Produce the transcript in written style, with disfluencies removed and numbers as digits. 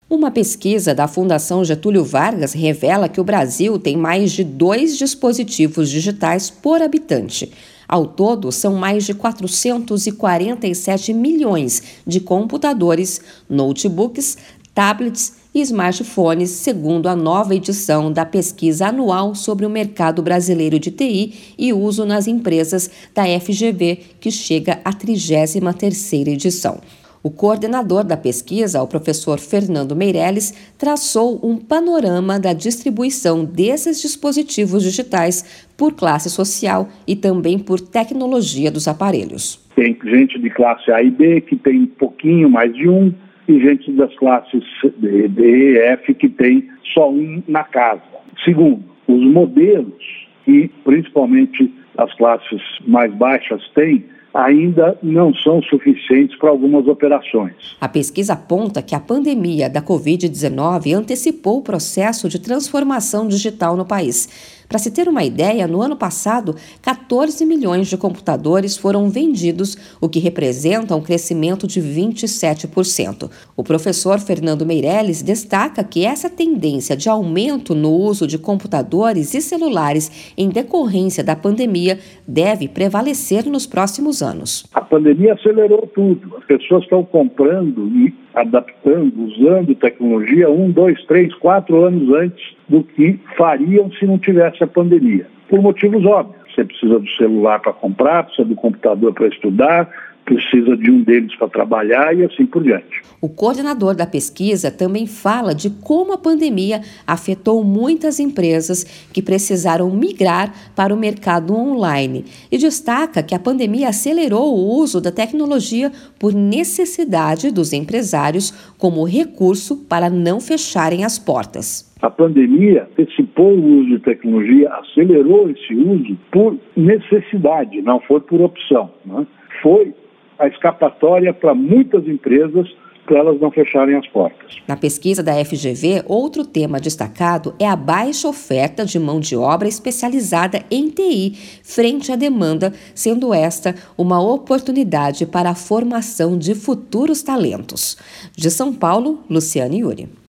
Uma pesquisa da Fundação Getúlio Vargas revela que o Brasil tem mais de 2 dispositivos digitais por habitante. Ao todo, são mais de 447 milhões de computadores, notebooks, tablets e smartphones, segundo a nova edição da pesquisa anual sobre o mercado brasileiro de TI e uso nas empresas da FGV, que chega à 33ª edição. O coordenador da pesquisa, o professor Fernando Meirelles, traçou um panorama da distribuição desses dispositivos digitais por classe social e também por tecnologia dos aparelhos. Tem gente de classe A e B que tem um pouquinho mais de um, e gente das classes D, E e F que tem só um na casa. Segundo, os modelos que principalmente as classes mais baixas têm, ainda não são suficientes para algumas operações. A pesquisa aponta que a pandemia da Covid-19 antecipou o processo de transformação digital no país. Para se ter uma ideia, no ano passado, 14 milhões de computadores foram vendidos, o que representa um crescimento de 27%. O professor Fernando Meirelles destaca que essa tendência de aumento no uso de computadores e celulares em decorrência da pandemia deve prevalecer nos próximos anos. A pandemia acelerou tudo. As pessoas estão comprando e adaptando, usando tecnologia 1, 2, 3, 4 anos antes do que fariam se não tivesse a pandemia. Por motivos óbvios. Você precisa do celular para comprar, precisa do computador para estudar, precisa de um deles para trabalhar e assim por diante. O coordenador da pesquisa também fala de como a pandemia afetou muitas empresas que precisaram migrar para o mercado online e destaca que a pandemia acelerou o uso da tecnologia por necessidade dos empresários como recurso para não fecharem as portas. A pandemia antecipou o uso de tecnologia, acelerou esse uso por necessidade, não foi por opção, né? Foi a escapatória para muitas empresas para elas não fecharem as portas. Na pesquisa da FGV, outro tema destacado é a baixa oferta de mão de obra especializada em TI frente à demanda, sendo esta uma oportunidade para a formação de futuros talentos. De São Paulo, Luciane Yuri.